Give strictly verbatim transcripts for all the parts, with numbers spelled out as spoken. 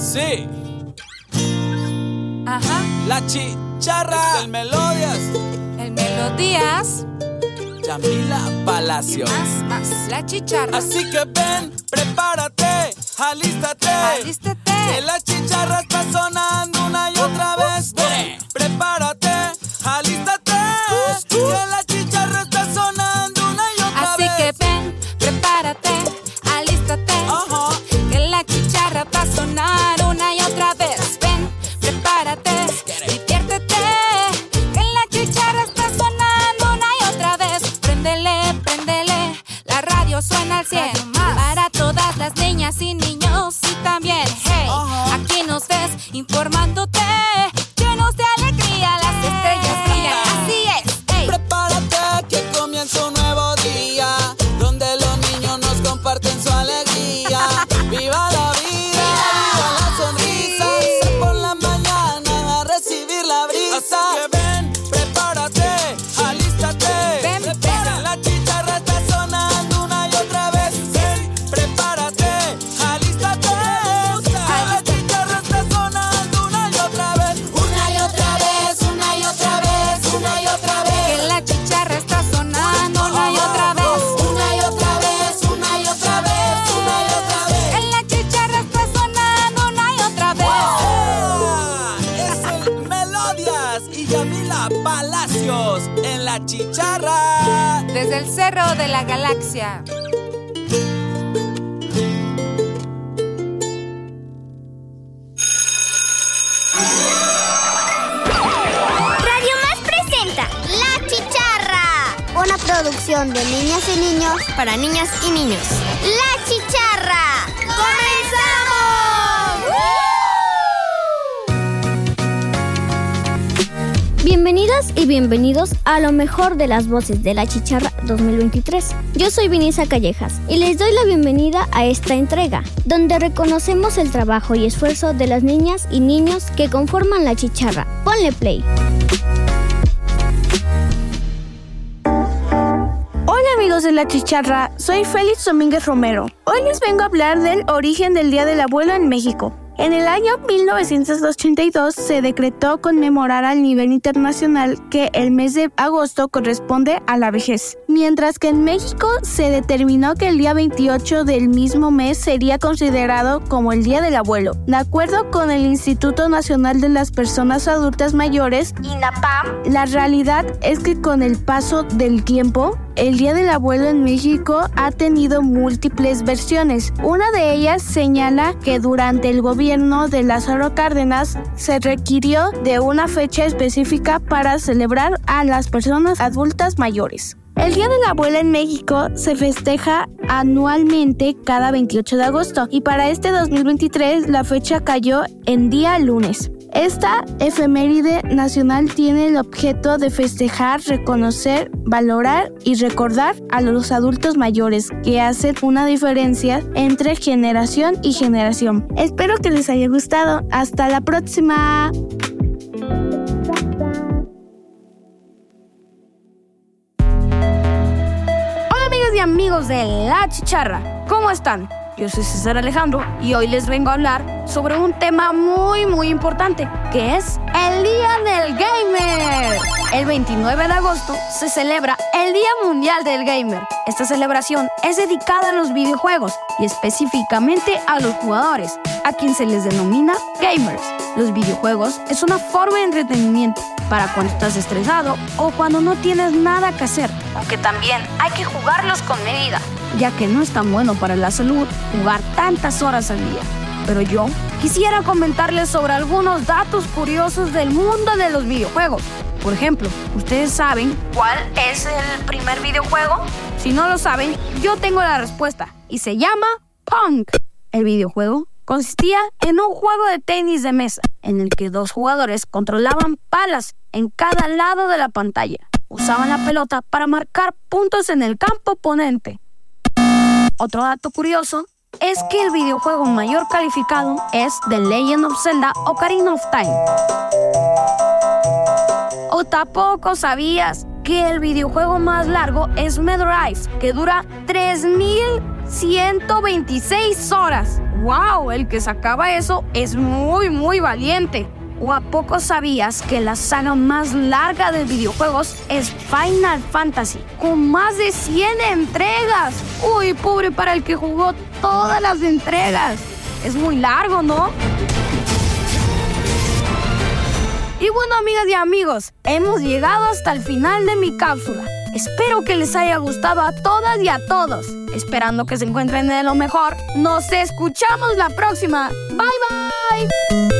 Sí. Ajá. La chicharra. El Melodías. El Melodías. Yamila Palacios. Más, más. La chicharra. Así que ven, prepárate, alístate. Alístate. Que la chicharra está sonando una y otra vez. Ven, prepárate, alístate. Que la chicharra está sonando una y otra Así vez. que ven, prepárate, alístate. Ajá. Que la chicharra va a sonar una y otra vez. Ven, prepárate, diviértete. Que la chicharra está sonando una y otra vez. Préndele, préndele, la radio suena al cien. Para todas las niñas y niños y también, hey, Ajá. aquí nos ves informándote. Llenos de alegría, las estrellas brillan, así es, hey. Prepárate que comienza un nuevo día, donde los niños nos comparten su alegría. ¡Viva la vida! ¡Viva la sonrisa! Sal por la mañana a recibir la brisa. Así que ven, prepárate, alístate. Ven, ven. Que la chicharra está sonando una y otra vez. Ven, prepárate, alístate. Que la chicharra está sonando una y otra vez. Una y otra vez, una y otra vez, una y otra vez. Que la chicharra está sonando una y otra vez. Una y otra vez, una y otra vez, una y otra vez. Que la chicharra está sonando una y otra vez. ¡Ah! Es el Melodías y Yamila Palacios en la chicharra. Desde el cerro de la galaxia. Radio Más presenta La Chicharra, una producción de niñas y niños para niñas y niños. La Chicharra, ¡comenzamos! Bienvenidas y bienvenidos a lo mejor de las voces de La Chicharra dos mil veintitrés. Yo soy Vinisa Callejas y les doy la bienvenida a esta entrega, donde reconocemos el trabajo y esfuerzo de las niñas y niños que conforman La Chicharra. Ponle play. Hola amigos de La Chicharra, soy Félix Domínguez Romero. Hoy les vengo a hablar del origen del Día del Abuelo en México. En el año mil novecientos ochenta y dos se decretó conmemorar a nivel internacional que el mes de agosto corresponde a la vejez, mientras que en México se determinó que el día veintiocho del mismo mes sería considerado como el Día del Abuelo. De acuerdo con el Instituto Nacional de las Personas Adultas Mayores, INAPAM, la realidad es que con el paso del tiempo, el Día del Abuelo en México ha tenido múltiples versiones. Una de ellas señala que durante el gobierno de Lázaro Cárdenas se requirió de una fecha específica para celebrar a las personas adultas mayores. El Día del Abuelo en México se festeja anualmente cada veintiocho de agosto y para este dos mil veintitrés la fecha cayó en día lunes. Esta efeméride nacional tiene el objeto de festejar, reconocer, valorar y recordar a los adultos mayores que hacen una diferencia entre generación y generación. Espero que les haya gustado. ¡Hasta la próxima! Hola amigos y amigos de La Chicharra, ¿cómo están? Yo soy César Alejandro y hoy les vengo a hablar sobre un tema muy muy importante, que es el Día del Gamer. El veintinueve de agosto se celebra el Día Mundial del Gamer. Esta celebración es dedicada a los videojuegos y específicamente a los jugadores, a quien se les denomina gamers. Los videojuegos es una forma de entretenimiento para cuando estás estresado o cuando no tienes nada que hacer, aunque también hay que jugarlos con medida, ya que no es tan bueno para la salud jugar tantas horas al día. Pero yo quisiera comentarles sobre algunos datos curiosos del mundo de los videojuegos. Por ejemplo, ¿ustedes saben cuál es el primer videojuego? Si no lo saben, yo tengo la respuesta y se llama Pong. El videojuego consistía en un juego de tenis de mesa en el que dos jugadores controlaban palas en cada lado de la pantalla. Usaban la pelota para marcar puntos en el campo oponente. Otro dato curioso es que el videojuego mayor calificado es The Legend of Zelda Ocarina of Time. ¿O tampoco sabías que el videojuego más largo es Mega Drive, que dura tres mil ciento veintiséis horas? ¡Wow! El que sacaba eso es muy, muy valiente. ¿O a poco sabías que la saga más larga de videojuegos es Final Fantasy, con más de cien entregas? Uy, pobre para el que jugó todas las entregas. Es muy largo, ¿no? Y bueno, amigas y amigos, hemos llegado hasta el final de mi cápsula. Espero que les haya gustado a todas y a todos. Esperando que se encuentren de lo mejor. Nos escuchamos la próxima. Bye, bye.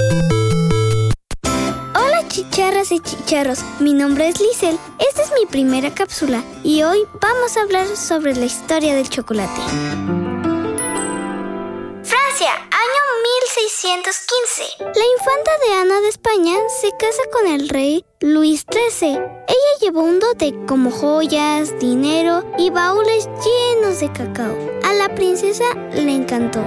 Hola chicharras y chicharros, mi nombre es Lizel. Esta es mi primera cápsula y hoy vamos a hablar sobre la historia del chocolate. Francia, año mil seiscientos quince. La infanta de Ana de España se casa con el rey Luis trece. Ella llevó un dote como joyas, dinero y baúles llenos de cacao. A la princesa le encantó.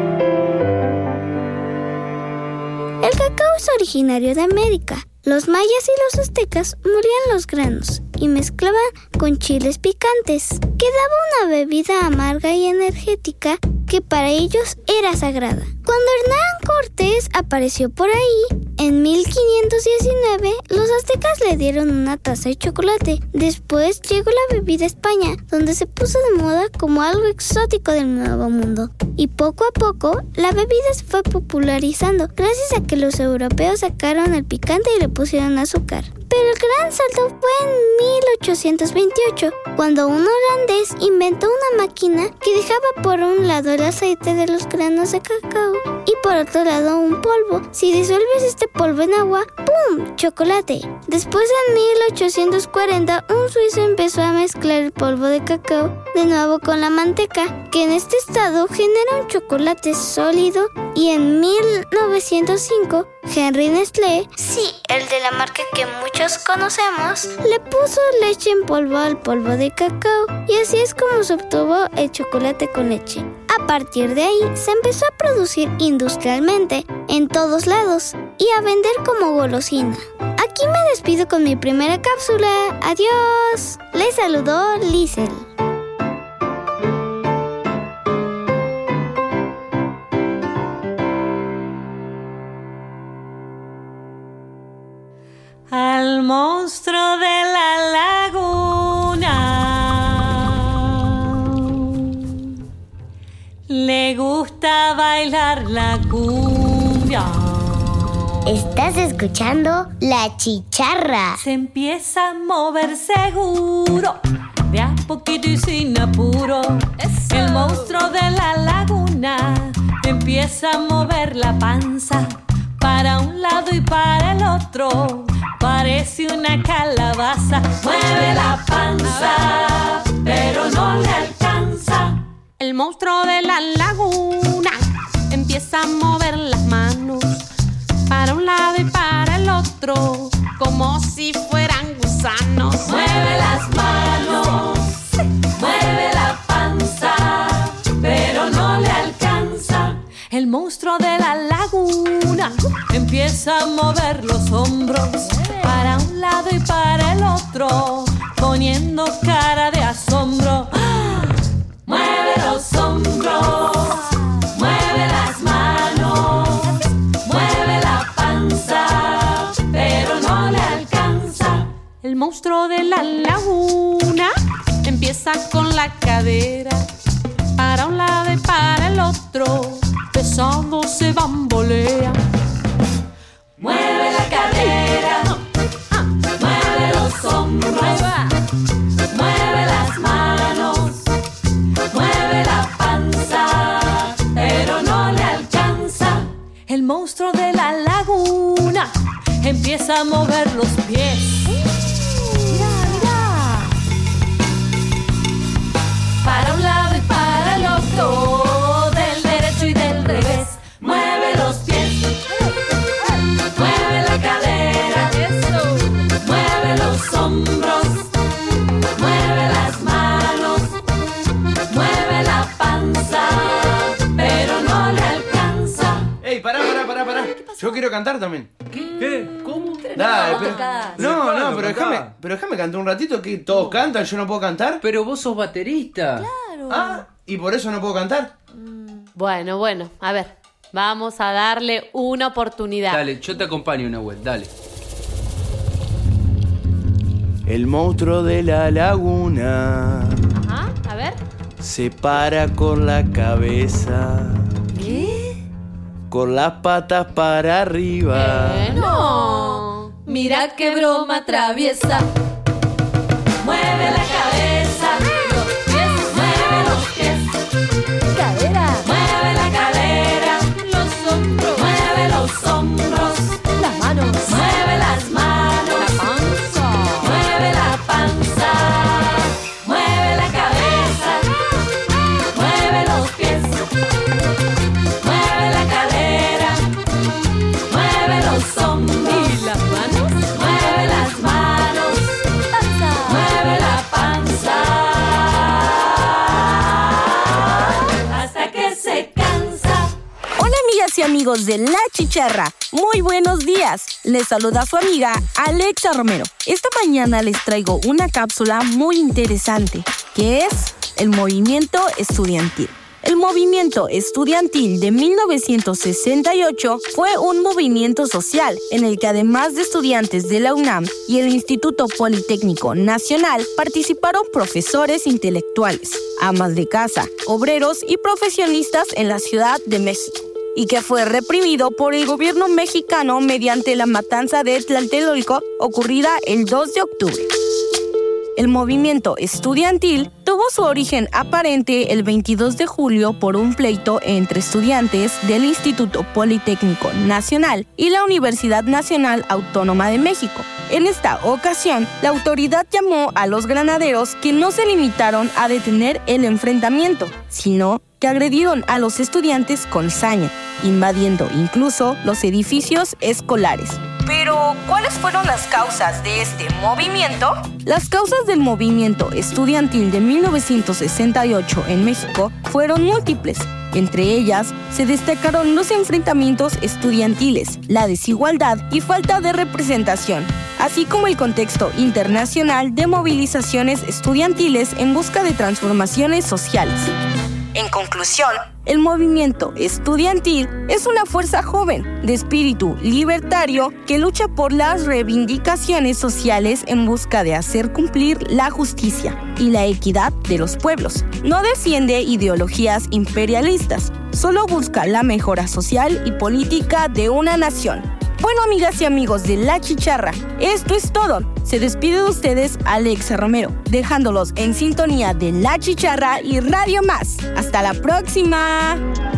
El cacao es originario de América. Los mayas y los aztecas molían los granos y mezclaban con chiles picantes, que daba una bebida amarga y energética que para ellos era sagrada. Cuando Hernán Cortés apareció por ahí, en mil quinientos diecinueve, los aztecas le dieron una taza de chocolate. Después llegó la bebida a España, donde se puso de moda como algo exótico del Nuevo Mundo. Y poco a poco, la bebida se fue popularizando, gracias a que los europeos sacaron el picante y le pusieron azúcar. Pero el gran salto fue en mil ochocientos veintiocho, cuando un holandés inventó una máquina que dejaba por un lado el aceite de los granos de cacao y por otro lado un polvo. Si disuelves este polvo en agua, ¡pum!, chocolate. Después, en mil ochocientos cuarenta, un suizo empezó a mezclar el polvo de cacao de nuevo con la manteca, que en este estado genera un chocolate sólido, y en mil novecientos cinco, Henry Nestlé, sí, el de la marca que muchos conocemos, le puso leche en polvo al polvo de cacao, y así es como se obtuvo el chocolate con leche. A partir de ahí se empezó a producir industrialmente en todos lados y a vender como golosina. Aquí me despido con mi primera cápsula. ¡Adiós! Les saludó Lizel. Al monstruo de la laguna le gusta bailar la cumbia. Estás escuchando La Chicharra. Se empieza a mover seguro, de a poquito y sin apuro. ¡Eso! El monstruo de la laguna empieza a mover la panza para un lado y para el otro. Parece una calabaza. Mueve la panza, pero no le alcanza. El monstruo de la laguna empieza a mover las manos para un lado y para el otro, como si fueran gusanos. Mueve las manos, mueve la panza, pero no le alcanza. El monstruo de la laguna empieza a mover los hombros para un lado y para el otro, poniendo cara de asombro. ¡Ah! Mueve los hombros, mueve las manos, mueve la panza, pero no le alcanza. El monstruo de la laguna empieza con la cadera para un lado y para el otro, pesado se bambolea. Mueve la cadera, mueve los hombros, mueve las manos, mueve la panza, pero no le alcanza. El monstruo de la laguna empieza a mover los pies. Mira, mira. Para un lado y para el otro, del derecho y del revés. Mueve los pies, mueve la cadera, mueve los hombros, mueve las manos, mueve la panza, pero no le alcanza. Ey, pará, pará, pará, pará. Yo quiero cantar también. ¿Qué? ¿Cómo? Dale, pero... No, ¿Cuándo no, pero cantaba? déjame, pero déjame cantar un ratito, que todos cantan, yo no puedo cantar. Pero vos sos baterista. Ah, ¿y por eso no puedo cantar? Bueno, bueno, a ver, vamos a darle una oportunidad. Dale, yo te acompaño, Nahuel, dale. El monstruo de la laguna. Ajá, a ver. Se para con la cabeza. ¿Qué? Con las patas para arriba. Eh, no. Mira qué broma traviesa. Mueve la cabeza, los pies, mueve los pies. Cadera, Mueve la cadera, los hombros, mueve los hombros, las manos, mueve las manos, la panza. mueve la panza, mueve la cabeza, mueve los pies, mueve la cadera, mueve los hombros. ¿Y las manos? Mueve las manos, Panza. mueve la panza, hasta que se cansa. Hola amigas y amigos de La Chicharra, muy buenos días. Les saluda su amiga Alexa Romero. Esta mañana les traigo una cápsula muy interesante, que es el movimiento estudiantil. El movimiento estudiantil de mil novecientos sesenta y ocho fue un movimiento social en el que además de estudiantes de la UNAM y el Instituto Politécnico Nacional participaron profesores intelectuales, amas de casa, obreros y profesionistas en la Ciudad de México, y que fue reprimido por el gobierno mexicano mediante la matanza de Tlatelolco ocurrida el dos de octubre. El movimiento estudiantil tuvo su origen aparente el veintidós de julio por un pleito entre estudiantes del Instituto Politécnico Nacional y la Universidad Nacional Autónoma de México. En esta ocasión, la autoridad llamó a los granaderos, que no se limitaron a detener el enfrentamiento, sino que agredieron a los estudiantes con saña, invadiendo incluso los edificios escolares. Pero, ¿cuáles fueron las causas de este movimiento? Las causas del movimiento estudiantil de mil novecientos sesenta y ocho en México fueron múltiples. Entre ellas, se destacaron los enfrentamientos estudiantiles, la desigualdad y falta de representación, así como el contexto internacional de movilizaciones estudiantiles en busca de transformaciones sociales. En conclusión, el movimiento estudiantil es una fuerza joven, de espíritu libertario, que lucha por las reivindicaciones sociales en busca de hacer cumplir la justicia y la equidad de los pueblos. No defiende ideologías imperialistas, solo busca la mejora social y política de una nación. Bueno, amigas y amigos de La Chicharra, esto es todo. Se despide de ustedes Alexa Romero, dejándolos en sintonía de La Chicharra y Radio Más. ¡Hasta la próxima!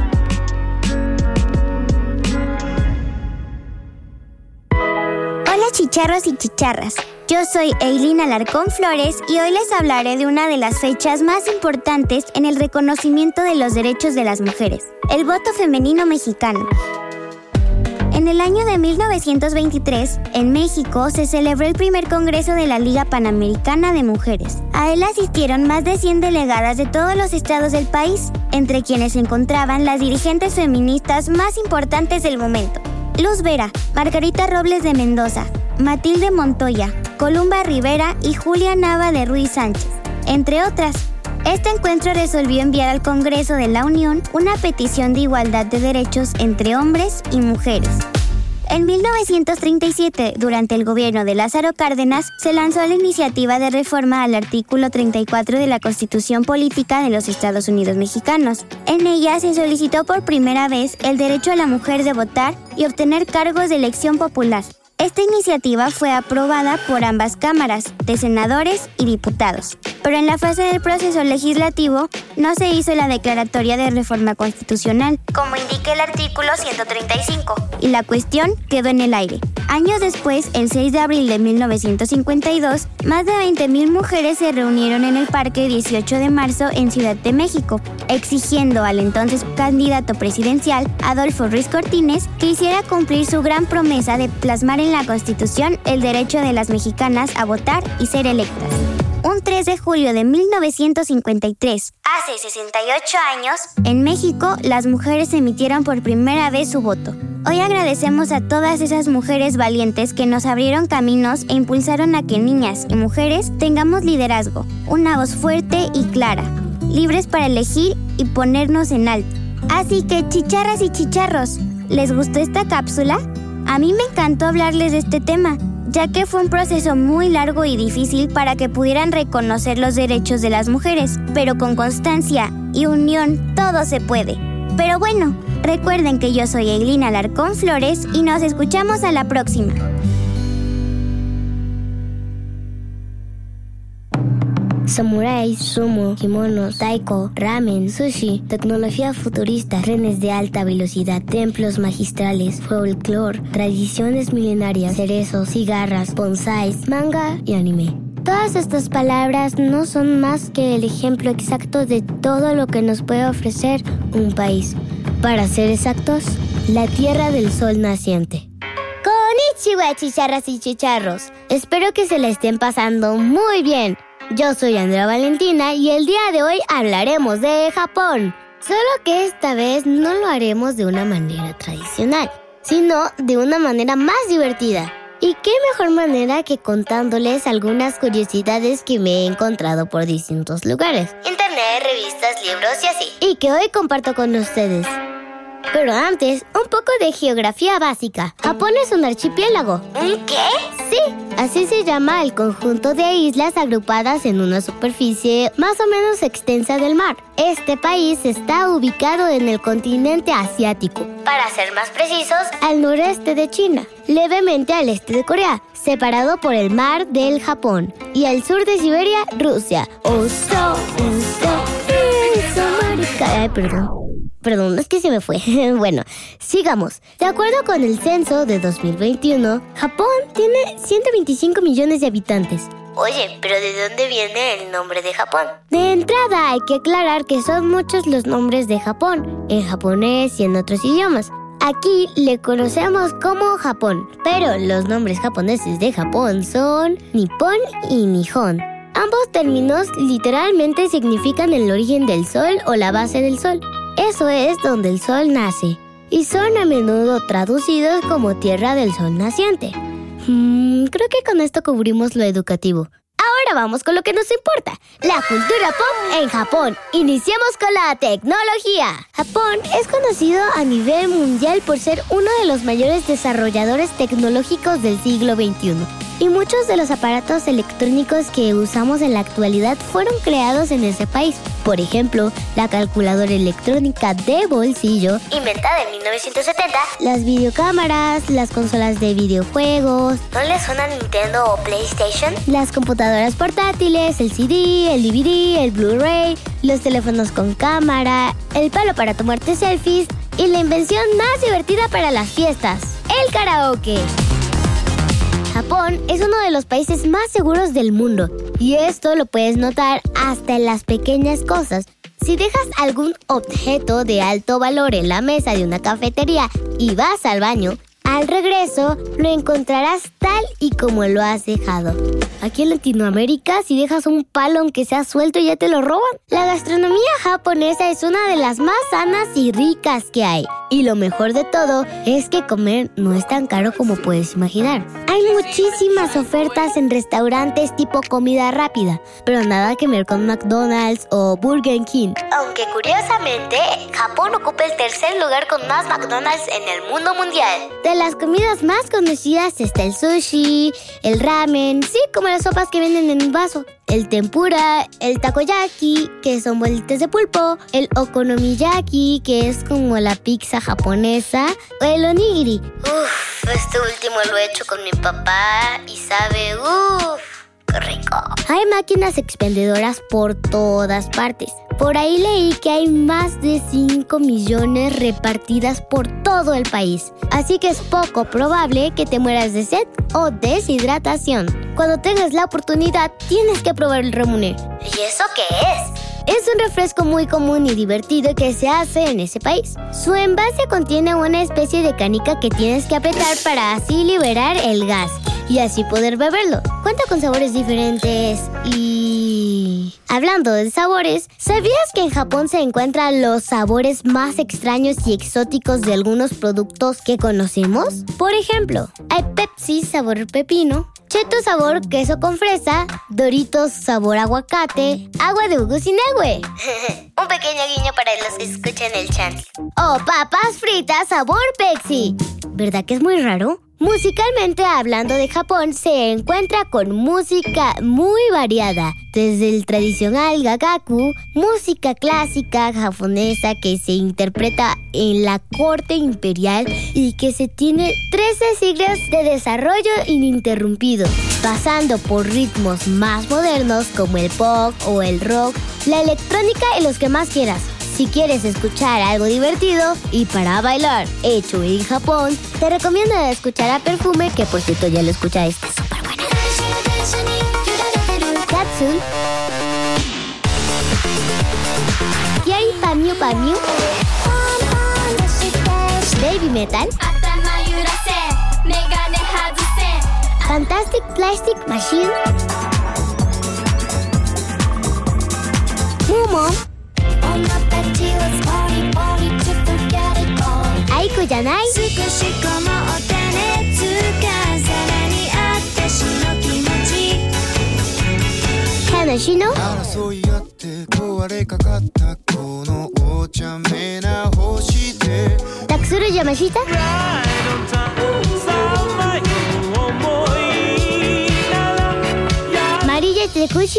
Hola chicharros y chicharras, yo soy Eileen Alarcón Flores y hoy les hablaré de una de las fechas más importantes en el reconocimiento de los derechos de las mujeres, el voto femenino mexicano. En el año de mil novecientos veintitrés, en México, se celebró el primer Congreso de la Liga Panamericana de Mujeres. A él asistieron más de cien delegadas de todos los estados del país, entre quienes se encontraban las dirigentes feministas más importantes del momento. Luz Vera, Margarita Robles de Mendoza, Matilde Montoya, Columba Rivera y Julia Nava de Ruiz Sánchez, entre otras. Este encuentro resolvió enviar al Congreso de la Unión una petición de igualdad de derechos entre hombres y mujeres. En mil novecientos treinta y siete, durante el gobierno de Lázaro Cárdenas, se lanzó la iniciativa de reforma al artículo treinta y cuatro de la Constitución Política de los Estados Unidos Mexicanos. En ella se solicitó por primera vez el derecho a la mujer de votar y obtener cargos de elección popular. Esta iniciativa fue aprobada por ambas cámaras, de senadores y diputados. Pero en la fase del proceso legislativo no se hizo la declaratoria de reforma constitucional, como indica el artículo ciento treinta y cinco, y la cuestión quedó en el aire. Años después, el seis de abril de mil novecientos cincuenta y dos, más de veinte mil mujeres se reunieron en el Parque dieciocho de marzo en Ciudad de México, exigiendo al entonces candidato presidencial, Adolfo Ruiz Cortines, que hiciera cumplir su gran promesa de plasmar en la Constitución el derecho de las mexicanas a votar y ser electas. Un tres de julio de mil novecientos cincuenta y tres, hace sesenta y ocho años, en México las mujeres emitieron por primera vez su voto. Hoy agradecemos a todas esas mujeres valientes que nos abrieron caminos e impulsaron a que niñas y mujeres tengamos liderazgo, una voz fuerte y clara, libres para elegir y ponernos en alto. Así que, chicharras y chicharros, ¿les gustó esta cápsula? A mí me encantó hablarles de este tema, ya que fue un proceso muy largo y difícil para que pudieran reconocer los derechos de las mujeres, pero con constancia y unión todo se puede. Pero bueno, recuerden que yo soy Eglina Alarcón Flores y nos escuchamos a la próxima. Samuráis, sumo, kimonos, taiko, ramen, sushi, tecnología futurista, trenes de alta velocidad, templos magistrales, folclore, tradiciones milenarias, cerezos, cigarras, bonsáis, manga y anime. Todas estas palabras no son más que el ejemplo exacto de todo lo que nos puede ofrecer un país. Para ser exactos, la Tierra del Sol naciente. Konnichiwa, chicharras y chicharros. Espero que se la estén pasando muy bien. Yo soy Andrea Valentina y el día de hoy hablaremos de Japón. Solo que esta vez no lo haremos de una manera tradicional, sino de una manera más divertida. Y qué mejor manera que contándoles algunas curiosidades que me he encontrado por distintos lugares. Internet, revistas, libros y así. Y que hoy comparto con ustedes. Pero antes, un poco de geografía básica. Japón es un archipiélago. ¿Un qué? Sí, así se llama el conjunto de islas agrupadas en una superficie más o menos extensa del mar. Este país está ubicado en el continente asiático. Para ser más precisos, al noreste de China, levemente al este de Corea, separado por el mar del Japón. Y al sur de Siberia, Rusia. Oso, oso, eso, marica. Ay, perdón. Perdón, es que se me fue. Bueno, sigamos. De acuerdo con el censo de dos mil veintiuno, Japón tiene ciento veinticinco millones de habitantes. Oye, ¿pero de dónde viene el nombre de Japón? De entrada hay que aclarar que son muchos los nombres de Japón, en japonés y en otros idiomas. Aquí le conocemos como Japón, pero los nombres japoneses de Japón son Nippon y Nihon. Ambos términos literalmente significan el origen del sol o la base del sol. Eso es donde el sol nace, y son a menudo traducidos como Tierra del Sol naciente. Hmm, creo que con esto cubrimos lo educativo. Ahora vamos con lo que nos importa, la cultura pop en Japón. Iniciamos con la tecnología. Japón es conocido a nivel mundial por ser uno de los mayores desarrolladores tecnológicos del siglo veintiuno. Y muchos de los aparatos electrónicos que usamos en la actualidad fueron creados en ese país. Por ejemplo, la calculadora electrónica de bolsillo, inventada en mil novecientos setenta, las videocámaras, las consolas de videojuegos, ¿no les suena Nintendo o PlayStation? Las computadoras portátiles, el C D, el D V D, el Blu-ray, los teléfonos con cámara, el palo para tomarte selfies y la invención más divertida para las fiestas, el karaoke. Japón es uno de los países más seguros del mundo, y esto lo puedes notar hasta en las pequeñas cosas. Si dejas algún objeto de alto valor en la mesa de una cafetería y vas al baño, al regreso lo encontrarás tal y como lo has dejado. Aquí en Latinoamérica, si dejas un palo aunque sea suelto, ya te lo roban. La gastronomía japonesa es una de las más sanas y ricas que hay. Y lo mejor de todo es que comer no es tan caro como puedes imaginar. Hay muchísimas ofertas en restaurantes tipo comida rápida, pero nada que ver con McDonald's o Burger King. Aunque curiosamente, Japón ocupa el tercer lugar con más McDonald's en el mundo mundial. De las comidas más conocidas está el sushi, el ramen, sí, como las sopas que venden en un vaso, el tempura, el takoyaki, que son bolitas de pulpo, el okonomiyaki, que es como la pizza japonesa, o el onigiri. Uff, este último lo he hecho con mi papá y sabe, uff, qué rico. Hay máquinas expendedoras por todas partes. Por ahí leí que hay más de cinco millones repartidas por todo el país. Así que es poco probable que te mueras de sed o deshidratación. Cuando tengas la oportunidad, tienes que probar el Ramuné. ¿Y eso qué es? Es un refresco muy común y divertido que se hace en ese país. Su envase contiene una especie de canica que tienes que apretar para así liberar el gas. y así poder beberlo. Cuenta con sabores diferentes y... Hablando de sabores, ¿sabías que en Japón se encuentran los sabores más extraños y exóticos de algunos productos que conocemos? Por ejemplo, hay Pepsi sabor pepino, Chetos sabor queso con fresa, Doritos sabor aguacate, agua de Ugu sin agua. Un pequeño guiño para los que escuchan el chant. O papas fritas sabor Pepsi. ¿Verdad que es muy raro? Musicalmente hablando de Japón, se encuentra con música muy variada, desde el tradicional gagaku, música clásica japonesa que se interpreta en la corte imperial y que se tiene trece siglos de desarrollo ininterrumpido, pasando por ritmos más modernos como el pop o el rock, la electrónica y los que más quieras. Si quieres escuchar algo divertido y para bailar hecho en Japón, te recomiendo escuchar a Perfume, que por cierto ya lo escuchaste, es súper buena. Katsun, Yari Pamyu Pamyu, Baby Metal, Fantastic Plastic Machine, Momo, Aiko Yanai, Hanashino, Tatsuro Yamashita, Marilla Tekushi,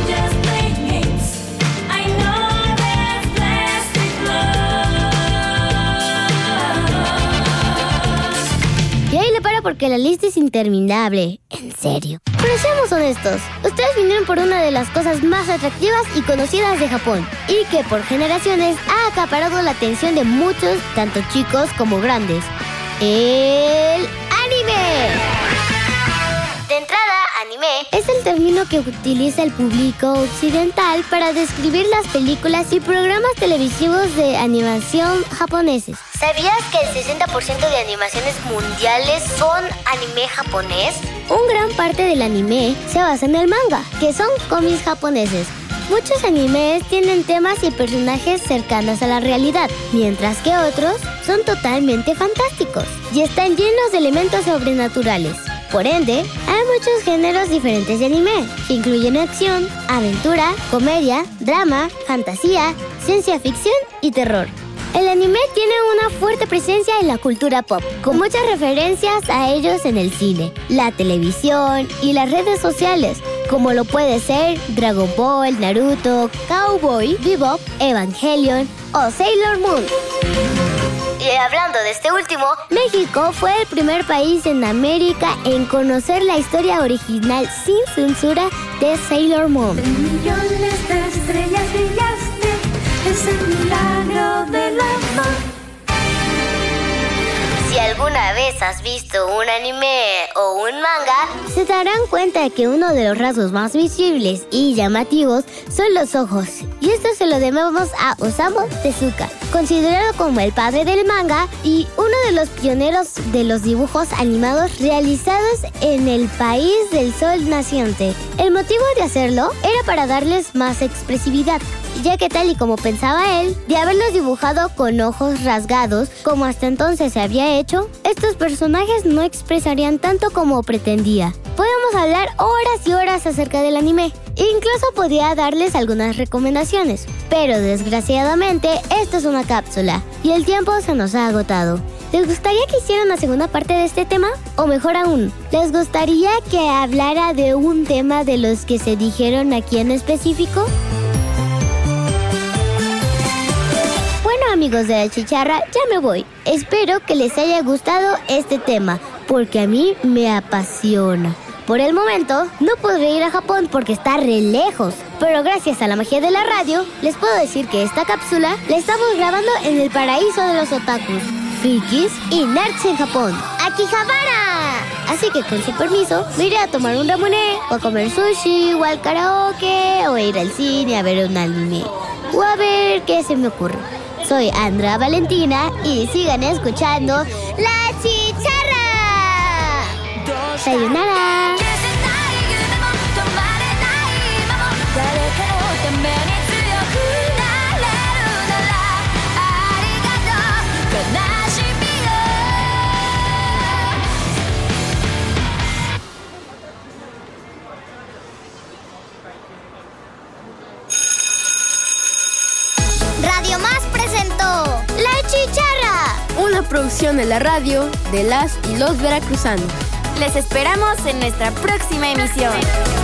y ahí le paro porque la lista es interminable. En serio. Pero seamos honestos, ustedes vinieron por una de las cosas más atractivas y conocidas de Japón, y que por generaciones ha acaparado la atención de muchos, tanto chicos como grandes. El anime. De entrada, anime es el término que utiliza el público occidental para describir las películas y programas televisivos de animación japoneses. ¿Sabías que el sesenta por ciento de animaciones mundiales son anime japonés? Un gran parte del anime se basa en el manga, que son cómics japoneses. Muchos animes tienen temas y personajes cercanos a la realidad, mientras que otros son totalmente fantásticos y están llenos de elementos sobrenaturales. Por ende, hay muchos géneros diferentes de anime, que incluyen acción, aventura, comedia, drama, fantasía, ciencia ficción y terror. El anime tiene una fuerte presencia en la cultura pop, con muchas referencias a ellos en el cine, la televisión y las redes sociales, como lo puede ser Dragon Ball, Naruto, Cowboy Bebop, Evangelion o Sailor Moon. Y hablando de este último, México fue el primer país en América en conocer la historia original sin censura de Sailor Moon. De millones de estrellas brillaste, es el milagro del amor. Si alguna vez has visto un anime o un manga, se darán cuenta que uno de los rasgos más visibles y llamativos son los ojos. Y esto se lo debemos a Osamu Tezuka, considerado como el padre del manga y uno de los pioneros de los dibujos animados realizados en el país del sol naciente. El motivo de hacerlo era para darles más expresividad, ya que tal y como pensaba él, de haberlos dibujado con ojos rasgados, como hasta entonces se había hecho, estos personajes no expresarían tanto como pretendía. Podemos hablar horas y horas acerca del anime, incluso podía darles algunas recomendaciones, pero desgraciadamente esto es una cápsula y el tiempo se nos ha agotado. ¿Les gustaría que hiciera una segunda parte de este tema? O mejor aún, ¿les gustaría que hablara de un tema de los que se dijeron aquí en específico? Bueno, amigos de la chicharra, ya me voy. Espero que les haya gustado este tema, porque a mí me apasiona. Por el momento, no podré ir a Japón porque está re lejos, pero gracias a la magia de la radio, les puedo decir que esta cápsula la estamos grabando en el paraíso de los otakus, frikis y nerds en Japón, Akihabara. Así que con su permiso, me iré a tomar un ramoné, o a comer sushi, o al karaoke, o a ir al cine a ver un anime, o a ver qué se me ocurre. Soy Andrea Valentina y sigan escuchando La Chicharra. Sayonara. Radio Más presentó La Chicharra, Una producción de la radio de las y los veracruzanos. Les esperamos en nuestra próxima emisión.